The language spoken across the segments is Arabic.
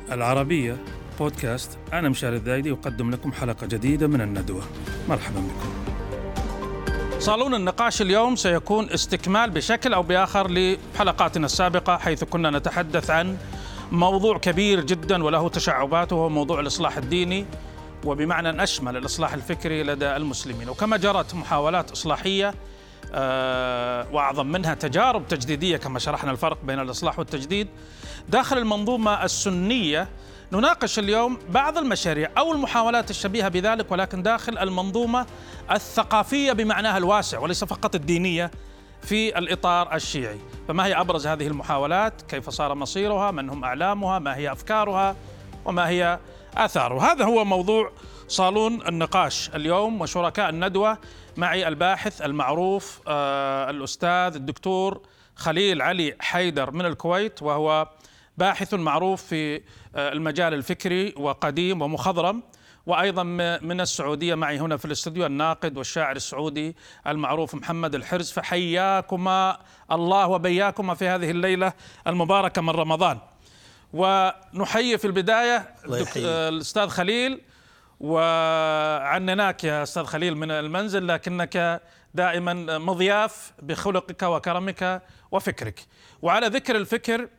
العربية بودكاست. أنا مشاري الذايدي أقدم لكم حلقة جديدة من الندوة. مرحبا بكم. صالون النقاش اليوم سيكون استكمال بشكل أو بآخر لحلقاتنا السابقة، حيث كنا نتحدث عن موضوع كبير جدا وله تشعباته، هو موضوع الإصلاح الديني، وبمعنى أشمل الإصلاح الفكري لدى المسلمين. وكما جرت محاولات إصلاحية وأعظم منها تجارب تجديدية، كما شرحنا الفرق بين الإصلاح والتجديد داخل المنظومة السنية، نناقش اليوم بعض المشاريع أو المحاولات الشبيهة بذلك، ولكن داخل المنظومة الثقافية بمعناها الواسع وليس فقط الدينية في الإطار الشيعي. فما هي أبرز هذه المحاولات؟ كيف صار مصيرها؟ من هم أعلامها؟ ما هي أفكارها؟ وما هي آثارها؟ هذا هو موضوع صالون النقاش اليوم. وشركاء الندوة معي الباحث المعروف الأستاذ الدكتور خليل علي حيدر من الكويت، وهو باحث معروف في المجال الفكري وقديم ومخضرم، وأيضا من السعودية معي هنا في الاستوديو الناقد والشاعر السعودي المعروف محمد الحرز. فحياكما الله وبياكما في هذه الليلة المباركة من رمضان. ونحيي في البداية الأستاذ خليل، وعنناك يا أستاذ خليل من المنزل، لكنك دائما مضياف بخلقك وكرمك وفكرك. وعلى ذكر الفكر،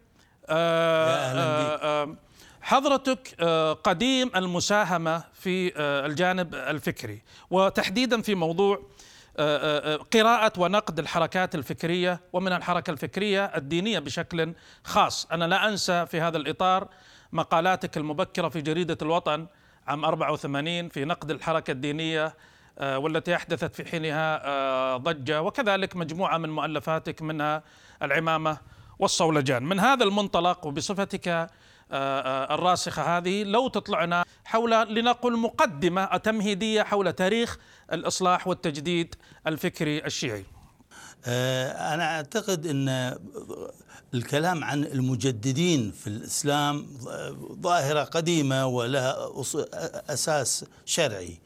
حضرتك قديم المساهمة في الجانب الفكري، وتحديدا في موضوع قراءة ونقد الحركات الفكرية، ومن الحركة الفكرية الدينية بشكل خاص. أنا لا أنسى في هذا الإطار مقالاتك المبكرة في جريدة الوطن عام 84 في نقد الحركة الدينية، والتي أحدثت في حينها ضجة، وكذلك مجموعة من مؤلفاتك منها العمامة والصولجان. من هذا المنطلق وبصفتك الراسخة هذه، لو تطلعنا حول لنقل مقدمة تمهيدية حول تاريخ الإصلاح والتجديد الفكري الشيعي. أنا أعتقد أن الكلام عن المجددين في الإسلام ظاهرة قديمة ولها أساس شرعي،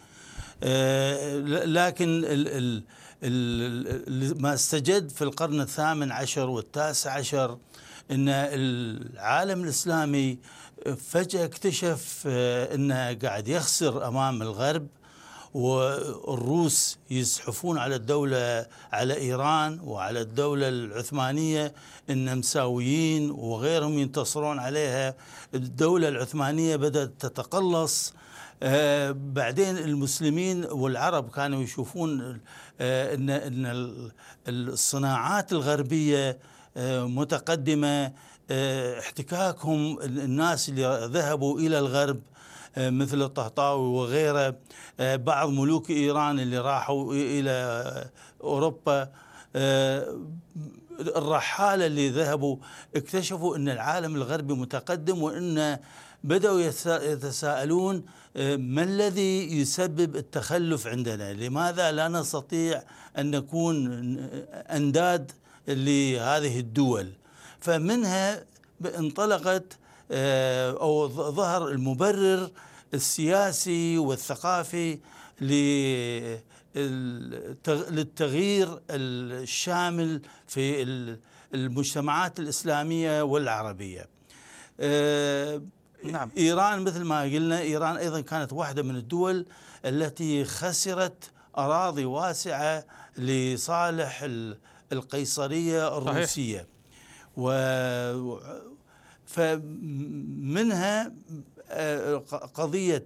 لكن ما استجد في القرن الثامن عشر والتاسع عشر أن العالم الإسلامي فجأة اكتشف أنه قاعد يخسر أمام الغرب، والروس يزحفون على الدولة، على إيران وعلى الدولة العثمانية إن مساويين، وغيرهم ينتصرون عليها. الدولة العثمانية بدأت تتقلص. بعدين المسلمين والعرب كانوا يشوفون أن الصناعات الغربية متقدمة، احتكاكهم الناس اللي ذهبوا إلى الغرب مثل الطهطاوي وغيره، بعض ملوك إيران اللي راحوا إلى أوروبا، الرحالة اللي ذهبوا اكتشفوا أن العالم الغربي متقدم، وأن بدأوا يتساءلون ما الذي يسبب التخلف عندنا؟ لماذا لا نستطيع أن نكون أنداد لهذه الدول؟ فمنها انطلقت أو ظهر المبرر السياسي والثقافي للتغيير الشامل في المجتمعات الإسلامية والعربية. نعم. إيران مثل ما قلنا، إيران أيضا كانت واحدة من الدول التي خسرت أراضي واسعة لصالح القيصرية الروسية. فمنها قضية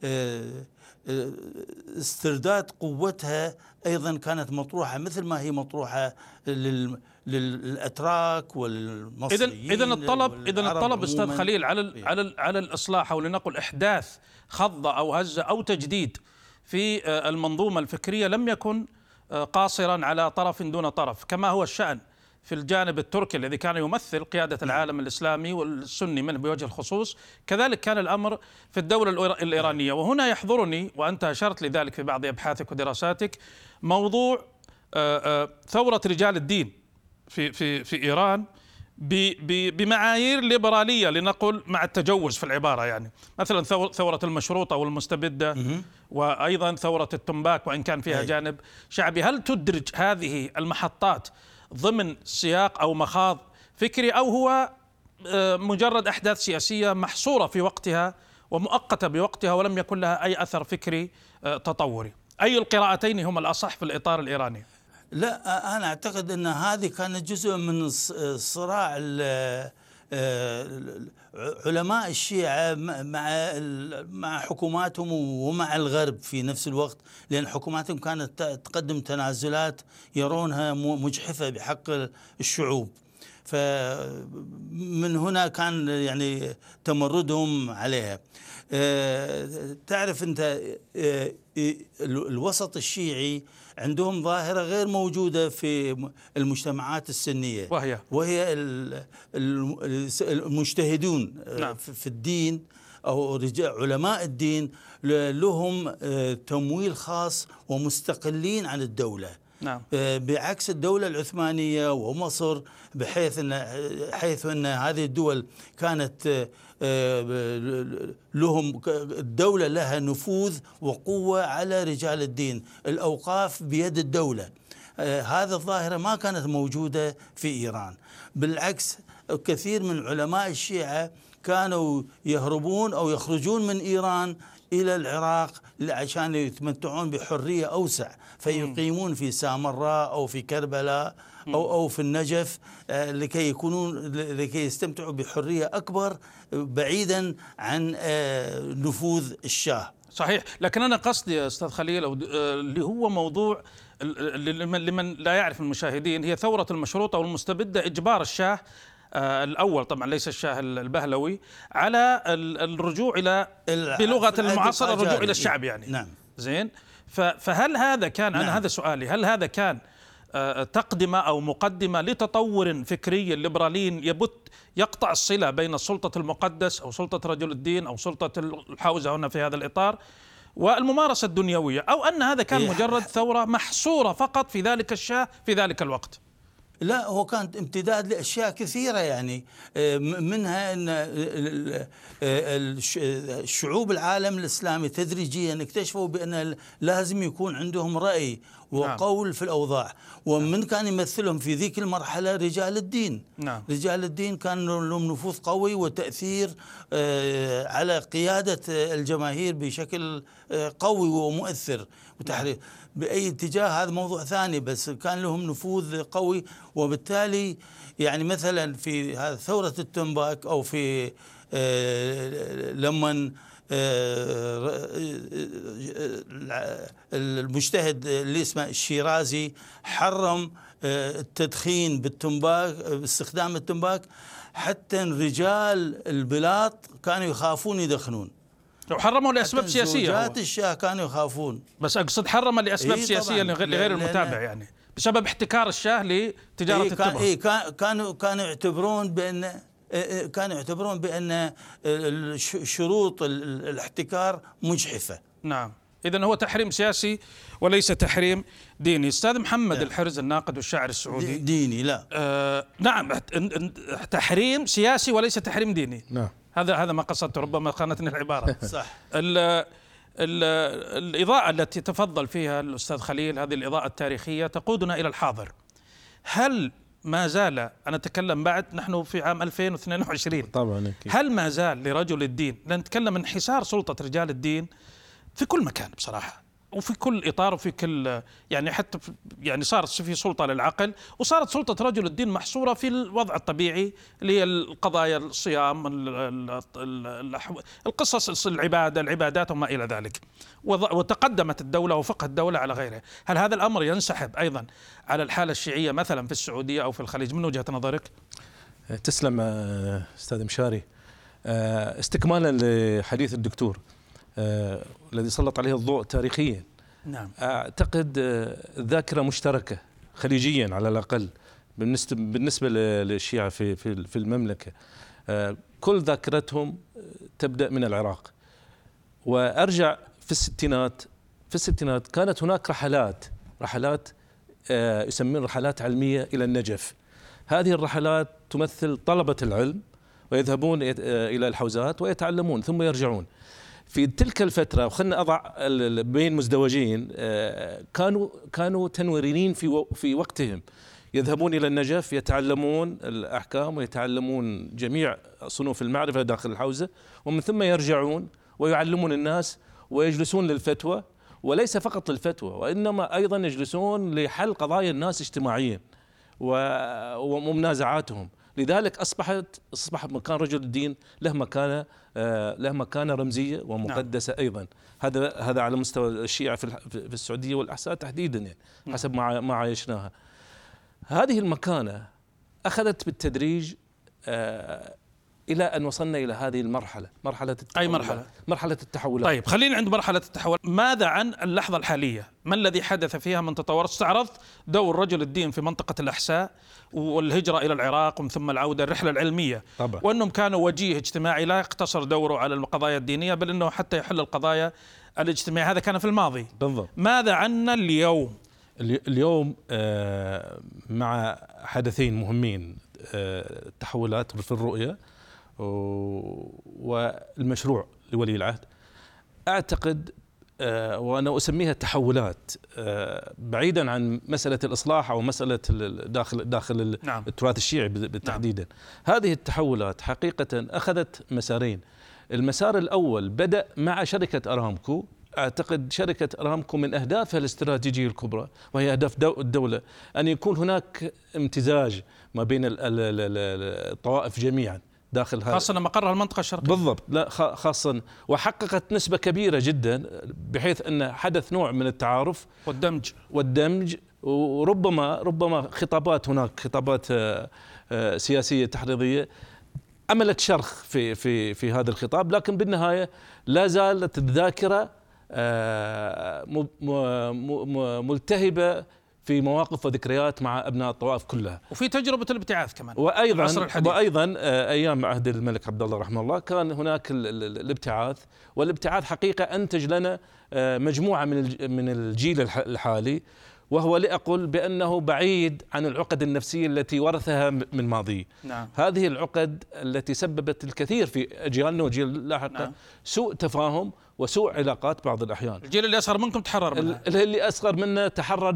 استرداد قوتها أيضا كانت مطروحة، مثل ما هي مطروحة للأتراك والمصريين. إذن الطلب أستاذ خليل على الإصلاح، أو لنقل إحداث خضة أو هزة أو تجديد في المنظومة الفكرية لم يكن قاصرا على طرف دون طرف، كما هو الشأن في الجانب التركي الذي كان يمثل قيادة العالم الإسلامي والسني منه بوجه الخصوص. كذلك كان الأمر في الدولة الإيرانية. وهنا يحضرني، وأنت أشرت لذلك في بعض أبحاثك ودراساتك، موضوع ثورة رجال الدين في إيران بمعايير ليبرالية، لنقل مع التجوز في العبارة، يعني مثلا ثورة المشروطة والمستبدة، وأيضا ثورة التنباك وإن كان فيها جانب شعبي. هل تدرج هذه المحطات ضمن سياق أو مخاض فكري، أو هو مجرد أحداث سياسية محصورة في وقتها ومؤقتة بوقتها ولم يكن لها أي أثر فكري تطوري. أي القراءتين هم الأصح في الإطار الإيراني؟ لا، أنا أعتقد أن هذه كانت جزء من صراع علماء الشيعة مع حكوماتهم ومع الغرب في نفس الوقت، لأن حكوماتهم كانت تقدم تنازلات يرونها مجحفة بحق الشعوب، فمن هنا كان يعني تمردهم عليها. تعرف أنت الوسط الشيعي عندهم ظاهرة غير موجودة في المجتمعات السنية، وهي المجتهدون في الدين أو علماء الدين لهم تمويل خاص ومستقلين عن الدولة. نعم. بعكس الدولة العثمانية ومصر، حيث أن هذه الدول كانت لهم الدولة لها نفوذ وقوة على رجال الدين، الأوقاف بيد الدولة. هذا الظاهرة ما كانت موجودة في إيران، بالعكس كثير من علماء الشيعة كانوا يهربون أو يخرجون من إيران إلى العراق عشان يتمتعون بحرية أوسع، فيقيمون في سامراء أو في كربلاء أو في النجف لكي يستمتعوا بحرية أكبر بعيدا عن نفوذ الشاه. صحيح، لكن أنا قصدي أستاذ خليل اللي هو موضوع لمن لا يعرف المشاهدين، هي ثورة المشروطة والمستبدة، إجبار الشاه الأول طبعا ليس الشاه البهلوي على الرجوع إلى بلغة المعاصرة الرجوع إلى الشعب يعني. نعم. زين، فهل هذا كان نعم. أنا هذا سؤالي، هل هذا كان تقدمة أو مقدمة لتطور فكري ليبرالي يقطع الصلة بين السلطة المقدس أو سلطة رجل الدين أو سلطة الحوزة هنا في هذا الإطار والممارسة الدنيوية، أو أن هذا كان مجرد ثورة محصورة فقط في ذلك الشاه في ذلك الوقت؟ لا، هو كان امتداد لأشياء كثيرة، يعني منها أن الشعوب العالم الإسلامي تدريجيا اكتشفوا بأن لازم يكون عندهم رأي وقول في الأوضاع، ومن كان يمثلهم في ذيك المرحلة رجال الدين. نعم. رجال الدين كان لهم نفوذ قوي وتأثير على قيادة الجماهير بشكل قوي ومؤثر وتحرير بأي اتجاه، هذا موضوع ثاني، بس كان لهم نفوذ قوي. وبالتالي يعني مثلا في هذه ثورة التنباك أو في لما المجتهد اللي اسمه الشيرازي حرم التدخين بالتنباك، باستخدام التنباك، حتى رجال البلاط كانوا يخافون يدخنون، وحرموا لأسباب سياسية. زوجات الشاه كانوا يخافون، بس أقصد حرم لأسباب سياسية لغير المتابع، يعني بسبب احتكار الشاه لتجارة التبغ. كانوا يعتبرون بأن شروط الاحتكار مجحفة. نعم، إذن هو تحريم سياسي وليس تحريم ديني. أستاذ محمد الحرز الناقد والشاعر السعودي. ديني لا. نعم، تحريم سياسي وليس تحريم ديني. نعم، هذا ما قصدته، ربما خانتني العبارة. صح. الإضاءة التي تفضل فيها الأستاذ خليل، هذه الإضاءة التاريخية تقودنا إلى الحاضر. هل ما زال، أنا أتكلم بعد نحن في عام 2022 طبعا، هل ما زال لرجل الدين، نتكلم عن انحسار سلطة رجال الدين في كل مكان بصراحة، وفي كل إطار وفي كل يعني حتى يعني صارت في سلطة للعقل، وصارت سلطة رجل الدين محصورة في الوضع الطبيعي اللي هي القضايا، الصيام، القصص، العبادات وما إلى ذلك، وتقدمت الدولة وفقه الدولة على غيره. هل هذا الأمر ينسحب أيضا على الحالة الشيعية مثلا في السعودية أو في الخليج من وجهة نظرك؟ تسلم أستاذ مشاري. استكمالا لحديث الدكتور الذي سلط عليه الضوء تاريخيا، نعم، أعتقد ذاكرة مشتركة خليجيا على الأقل بالنسبة للشيعة في المملكة، كل ذاكرتهم تبدأ من العراق. وأرجع في الستينات كانت هناك رحلات يسمون رحلات علمية إلى النجف. هذه الرحلات تمثل طلبة العلم ويذهبون إلى الحوزات ويتعلمون ثم يرجعون. في تلك الفترة، وخلنا أضع بين مزدوجين، كانوا تنويريين في وقتهم، يذهبون إلى النجف يتعلمون الأحكام ويتعلمون جميع صنوف المعرفة داخل الحوزة، ومن ثم يرجعون ويعلمون الناس ويجلسون للفتوى، وليس فقط للفتوى وإنما أيضا يجلسون لحل قضايا الناس اجتماعيا ومنازعاتهم. لذلك أصبح مكان رجل الدين له مكانة رمزية ومقدسة أيضا. هذا على مستوى الشيعة في السعودية والأحساء تحديدا، يعني حسب ما عايشناها. هذه المكانة أخذت بالتدريج إلى أن وصلنا إلى هذه المرحلة، مرحلة التحول. مرحلة التحولات. طيب خلينا عند مرحلة التحول. ماذا عن اللحظة الحالية؟ ما الذي حدث فيها من تطور؟ استعرضت دور رجل الدين في منطقة الأحساء والهجرة إلى العراق ومن ثم العودة، الرحلة العلمية طبعا. وأنهم كانوا وجيه اجتماعي لا يقتصر دوره على القضايا الدينية، بل أنه حتى يحل القضايا الاجتماعية. هذا كان في الماضي بالضبط. ماذا عنا اليوم؟ اليوم مع حدثين مهمين، التحولات في الرؤية والمشروع لولي العهد. أعتقد وأنا أسميها تحولات بعيدا عن مسألة الإصلاح أو مسألة داخل نعم. التراث الشيعي بالتحديدا. نعم. هذه التحولات حقيقة أخذت مسارين. المسار الأول بدأ مع شركة أرامكو. أعتقد شركة أرامكو من أهدافها الاستراتيجية الكبرى، وهي أهداف الدولة، أن يكون هناك امتزاج ما بين الطوائف جميعا داخل هذا، خاصة مقرها المنطقة الشرقية. بالضبط، لا خاصة، وحققت نسبة كبيرة جدا بحيث أن حدث نوع من التعارف والدمج وربما خطابات، هناك خطابات سياسية تحريضية عملت شرخ في هذا الخطاب، لكن بالنهاية لا زالت الذاكرة ملتهبة في مواقف وذكريات مع أبناء الطوائف كلها. وفي تجربة الابتعاث كمان، وأيضا أيام عهد الملك عبد الله رحمه الله كان هناك الابتعاث، والابتعاث حقيقة أنتج لنا مجموعة من الجيل الحالي، وهو لأقل بأنه بعيد عن العقد النفسية التي ورثها من ماضيه. نعم. هذه العقد التي سببت الكثير في أجيالنا وجيل لاحقة. نعم. سوء تفاهم وسوء علاقات بعض الأحيان. الجيل اللي أصغر منكم تحرر منها، اللي أصغر منا تحرر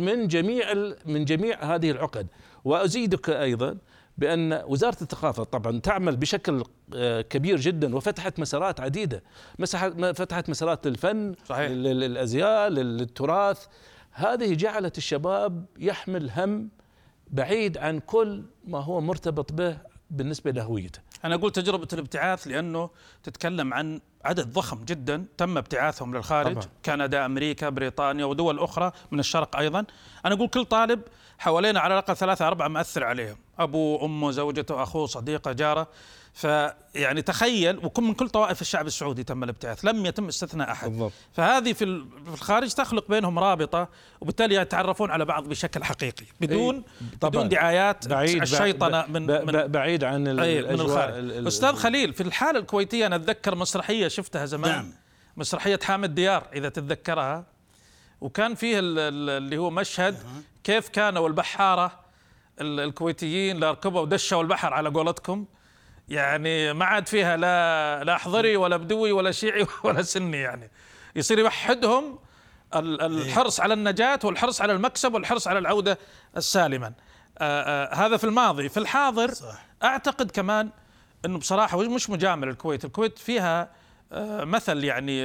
من جميع هذه العقد. وأزيدك أيضا بأن وزارة الثقافة طبعا تعمل بشكل كبير جدا، وفتحت مسارات عديدة، فتحت مسارات للفن، صحيح. للأزياء، للتراث. هذه جعلت الشباب يحمل هم بعيد عن كل ما هو مرتبط به بالنسبة لهويته. أنا أقول تجربة الابتعاث لأنه تتكلم عن عدد ضخم جدا تم ابتعاثهم للخارج طبعا. كندا، أمريكا، بريطانيا ودول أخرى من الشرق أيضا. أنا أقول كل طالب حوالينا على الأقل 3-4 مؤثر عليهم، أبوه، أمه، زوجته، أخوه، صديقه، جاره. فيعني تخيل، وكم من كل طوائف الشعب السعودي تم الابتعاث، لم يتم استثناء أحد بالضبط. فهذه في الخارج تخلق بينهم رابطة، وبالتالي يتعرفون على بعض بشكل حقيقي بدون دعايات الشيطنة بعيد عن الخارج. أستاذ خليل، في الحالة الكويتية أنا أتذكر مسرحية شفتها زمان. نعم. مسرحية حامد ديار إذا تتذكرها، وكان فيه اللي هو مشهد كيف كانوا البحارة الكويتيين لاركبوا ودشوا البحر على قولتكم، يعني ما عاد فيها لا حضري ولا بدوي ولا شيعي ولا سني، يعني يصير يوحدهم الحرص على النجاة والحرص على المكسب والحرص على العودة السالما. هذا في الماضي. في الحاضر صح. أعتقد كمان أنه بصراحة مش مجامل الكويت فيها مثل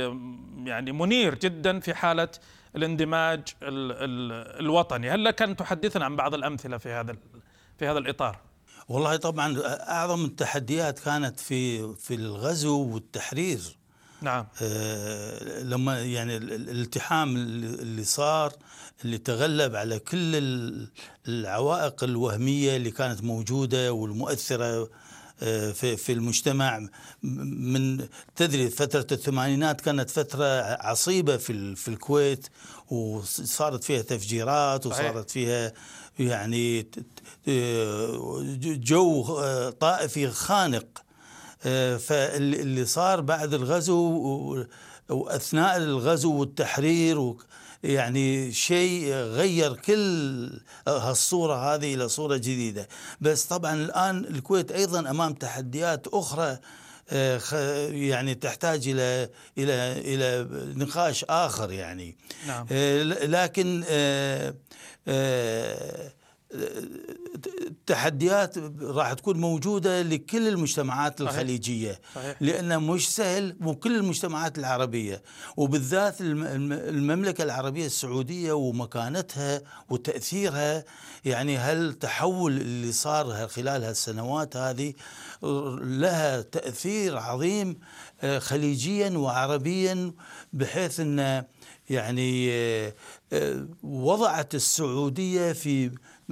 يعني منير جدا في حالة الاندماج الوطني. هل لك أن تحدثنا عن بعض الأمثلة في هذا الإطار؟ والله طبعا أعظم التحديات كانت في الغزو والتحرير. نعم. لما يعني الالتحام اللي صار، اللي تغلب على كل العوائق الوهمية اللي كانت موجودة والمؤثرة في المجتمع. من تدري فترة الثمانينات كانت فترة عصيبة في الكويت، وصارت فيها تفجيرات، وصارت فيها يعني جو طائفي خانق. فاللي صار بعد الغزو وأثناء الغزو والتحرير يعني شيء غير كل هالصورة هذه إلى صورة جديدة. بس طبعا الآن الكويت أيضا أمام تحديات أخرى يعني تحتاج إلى نقاش آخر يعني. نعم. لكن تحديات راح تكون موجودة لكل المجتمعات الخليجية. صحيح. لأنه مش سهل، وكل المجتمعات العربية وبالذات المملكة العربية السعودية ومكانتها وتأثيرها. يعني هالتحول اللي صار خلال هالسنوات هذه لها تأثير عظيم خليجيا وعربيا، بحيث أن يعني وضعت السعودية في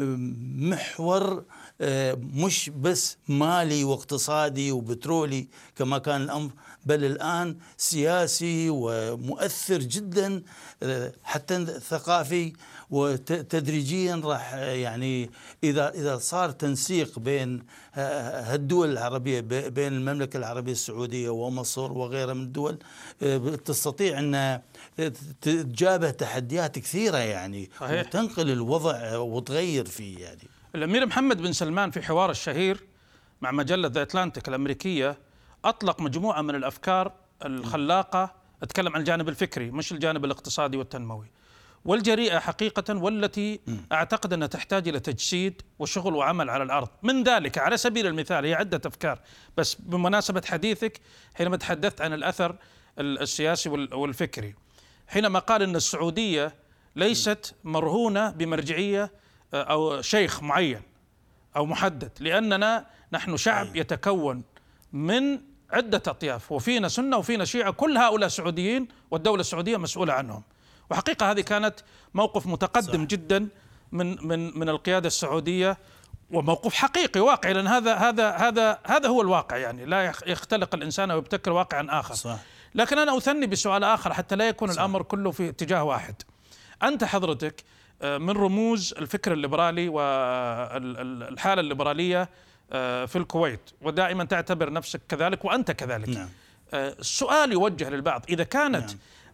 محور مش بس مالي واقتصادي وبترولي كما كان الأمر، بل الآن سياسي ومؤثر جدا، حتى ثقافي. وتدريجيا راح يعني إذا صار تنسيق بين هالدول العربية، بين المملكة العربية السعودية ومصر وغيرها من الدول، تستطيع أن تجابه تحديات كثيرة يعني. صحيح. وتنقل الوضع وتغير فيه يعني. الأمير محمد بن سلمان في حوار الشهير مع مجلة ذا أتلانتيك الأمريكية أطلق مجموعة من الأفكار الخلاقة، أتكلم عن الجانب الفكري مش الجانب الاقتصادي والتنموي والجريئة حقيقة، والتي أعتقد أنها تحتاج إلى تجسيد وشغل وعمل على الأرض. من ذلك على سبيل المثال هي عدة أفكار، بس بمناسبة حديثك حينما تحدثت عن الأثر السياسي والفكري، حينما قال أن السعودية ليست مرهونة بمرجعية أو شيخ معين أو محدد، لأننا نحن شعب يتكون من عدة أطياف، وفينا سنة وفينا شيعة، كل هؤلاء سعوديين والدولة السعودية مسؤولة عنهم. وحقيقة هذه كانت موقف متقدم جدا من القيادة السعودية، وموقف حقيقي واقعي، لأن هذا هو الواقع. يعني لا يختلق الإنسان ويبتكر واقعا آخر. صح. لكن أنا أثني بسؤال آخر حتى لا يكون الأمر كله في اتجاه واحد. أنت حضرتك من رموز الفكر الليبرالي والحالة الليبرالية في الكويت، ودائما تعتبر نفسك كذلك وأنت كذلك. نعم. السؤال يوجه للبعض: إذا كانت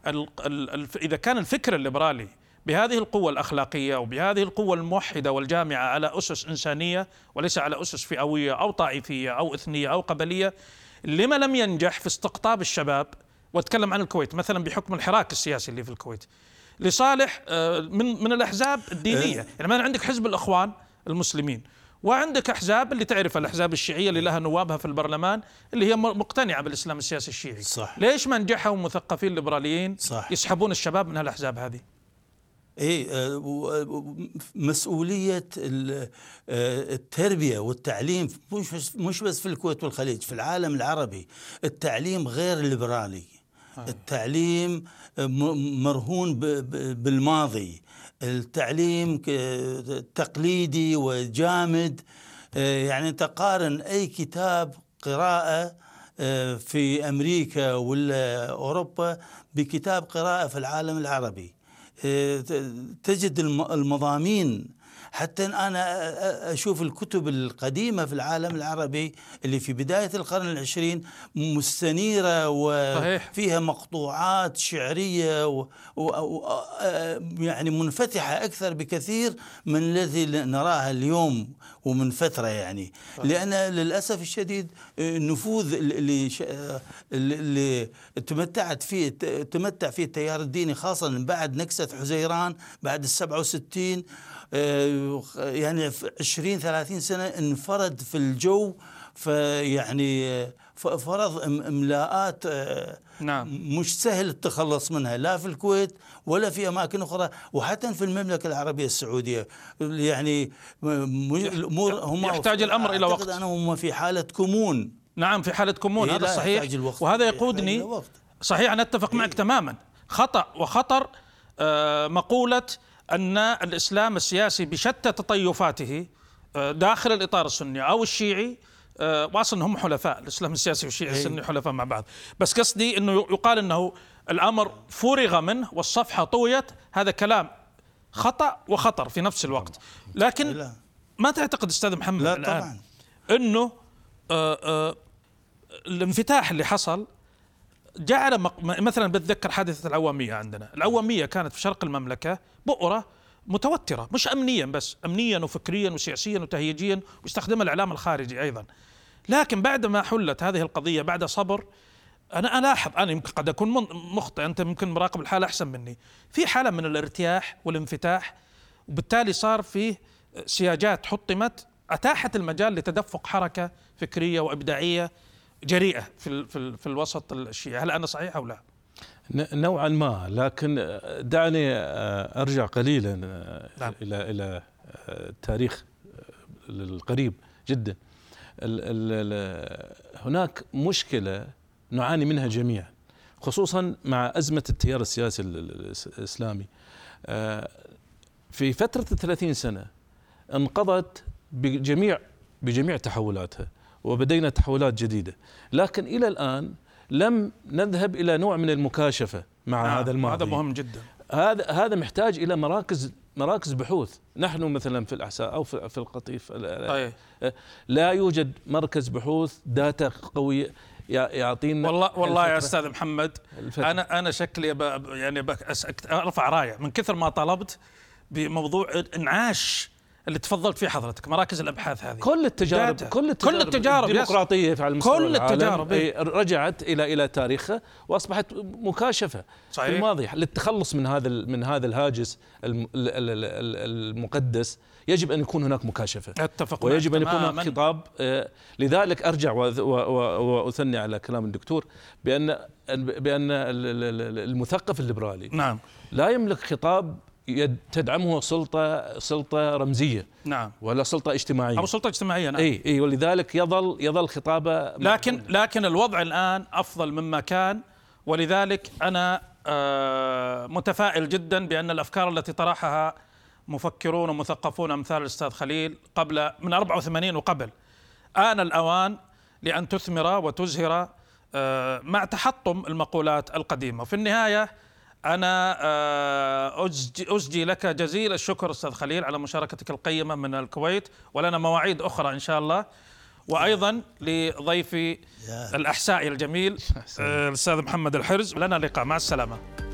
إذا كان الفكر الليبرالي بهذه القوة الأخلاقية وبهذه القوة الموحدة والجامعة على أسس إنسانية وليس على أسس فئوية أو طائفية أو إثنية أو قبلية، لما لم ينجح في استقطاب الشباب؟ واتكلم عن الكويت مثلا بحكم الحراك السياسي اللي في الكويت لصالح من الأحزاب الدينية. يعني ما عندك حزب الإخوان المسلمين، وعندك أحزاب اللي تعرف الأحزاب الشيعية اللي لها نوابها في البرلمان اللي هي مقتنعة بالإسلام السياسي الشيعي. صح. ليش ما نجحوا مثقفين ليبراليين صح. يسحبون الشباب من هالأحزاب هذه؟ مسؤولية التربية والتعليم مش بس في الكويت والخليج، في العالم العربي التعليم غير ليبرالي. التعليم مرهون بالماضي، التعليم تقليدي وجامد. يعني تقارن أي كتاب قراءة في أمريكا ولا أوروبا بكتاب قراءة في العالم العربي، تجد المضامين. حتى أنا أشوف الكتب القديمة في العالم العربي اللي في بداية القرن العشرين مستنيرة وفيها مقطوعات شعرية يعني منفتحة أكثر بكثير من الذي نراها اليوم ومن فترة. يعني لأن للأسف الشديد النفوذ اللي تمتع فيه التيار الديني، خاصة بعد نكسة حزيران بعد 67، يعني 20-30 سنة انفرد في الجو، فيعني فرض املاءات نعم مش سهل التخلص منها، لا في الكويت ولا في أماكن أخرى، وحتى في المملكة العربية السعودية. يعني الأمور هم يحتاج الأمر إلى وقت. هم في حالة كمون. نعم في حالة كمون، هذا صحيح. وهذا يقودني صحيح، أنا أتفق معك تماما. خطأ وخطر مقولة أن الإسلام السياسي بشتى تطيفاته داخل الإطار السني أو الشيعي، وأصلا هم حلفاء، الإسلام السياسي والشيعي السني حلفاء مع بعض، بس قصدي أنه يقال أنه الأمر فرغ منه والصفحة طويت. هذا كلام خطأ وخطر في نفس الوقت. لكن ما تعتقد أستاذ محمد لا الآن طبعا أنه الانفتاح اللي حصل جعل مثلا بتذكر حادثة العوامية عندنا. العوامية كانت في شرق المملكة بؤرة متوترة، مش أمنيا بس، أمنيا وفكريا وسياسيا وتهييجيا، واستخدمها الإعلام الخارجي أيضا. لكن بعد ما حلت هذه القضية بعد صبر، أنا ألاحظ، أنا يمكن قد أكون مخطئ، أنت ممكن مراقب الحالة أحسن مني، في حالة من الارتياح والانفتاح، وبالتالي صار فيه سياجات حطمت أتاحت المجال لتدفق حركة فكرية وإبداعية جريئة في الوسط الشيعي. هل أنا صحيح أو لا؟ نوعا ما، لكن دعني أرجع قليلا نعم. إلى التاريخ القريب جدا. هناك مشكلة نعاني منها جميعا، خصوصا مع أزمة التيار السياسي الإسلامي. في فترة 30 سنة انقضت بجميع تحولاتها، وبدينا تحولات جديدة، لكن إلى الآن لم نذهب إلى نوع من المكاشفة مع هذا الماضي. هذا مهم جدا. هذا محتاج إلى مراكز بحوث. نحن مثلا في الأحساء أو في القطيف لا يوجد مركز بحوث داتا قوية يعطينا. والله يا أستاذ محمد، أنا شكلي يعني أرفع راية من كثر ما طلبت بموضوع إنعاش اللي تفضلت فيه حضرتك، مراكز الابحاث هذه. كل التجارب الديمقراطيه على المستوى كل التجارب رجعت الى تاريخها واصبحت مكاشفه. صحيح. في الماضي للتخلص من هذا الهاجس المقدس يجب ان يكون هناك مكاشفه، ويجب ان يكون هناك خطاب. لذلك ارجع واثني على كلام الدكتور بان المثقف الليبرالي نعم لا يملك خطاب تدعمه سلطة رمزية، نعم، ولا سلطة اجتماعية أو سلطة اجتماعية. نعم. أي ولذلك يظل خطابه. لكن الوضع الآن أفضل مما كان، ولذلك أنا متفائل جدا بأن الأفكار التي طرحها مفكرون ومثقفون أمثال الأستاذ خليل قبل من 84 وقبل، آن الأوان لأن تثمر وتزهر مع تحطم المقولات القديمة. في النهاية أنا أسجي لك جزيل الشكر أستاذ خليل على مشاركتك القيمة من الكويت، ولنا مواعيد أخرى إن شاء الله. وأيضا لضيفي الأحسائي الجميل الأستاذ محمد الحرز، لنا لقاء. مع السلامة.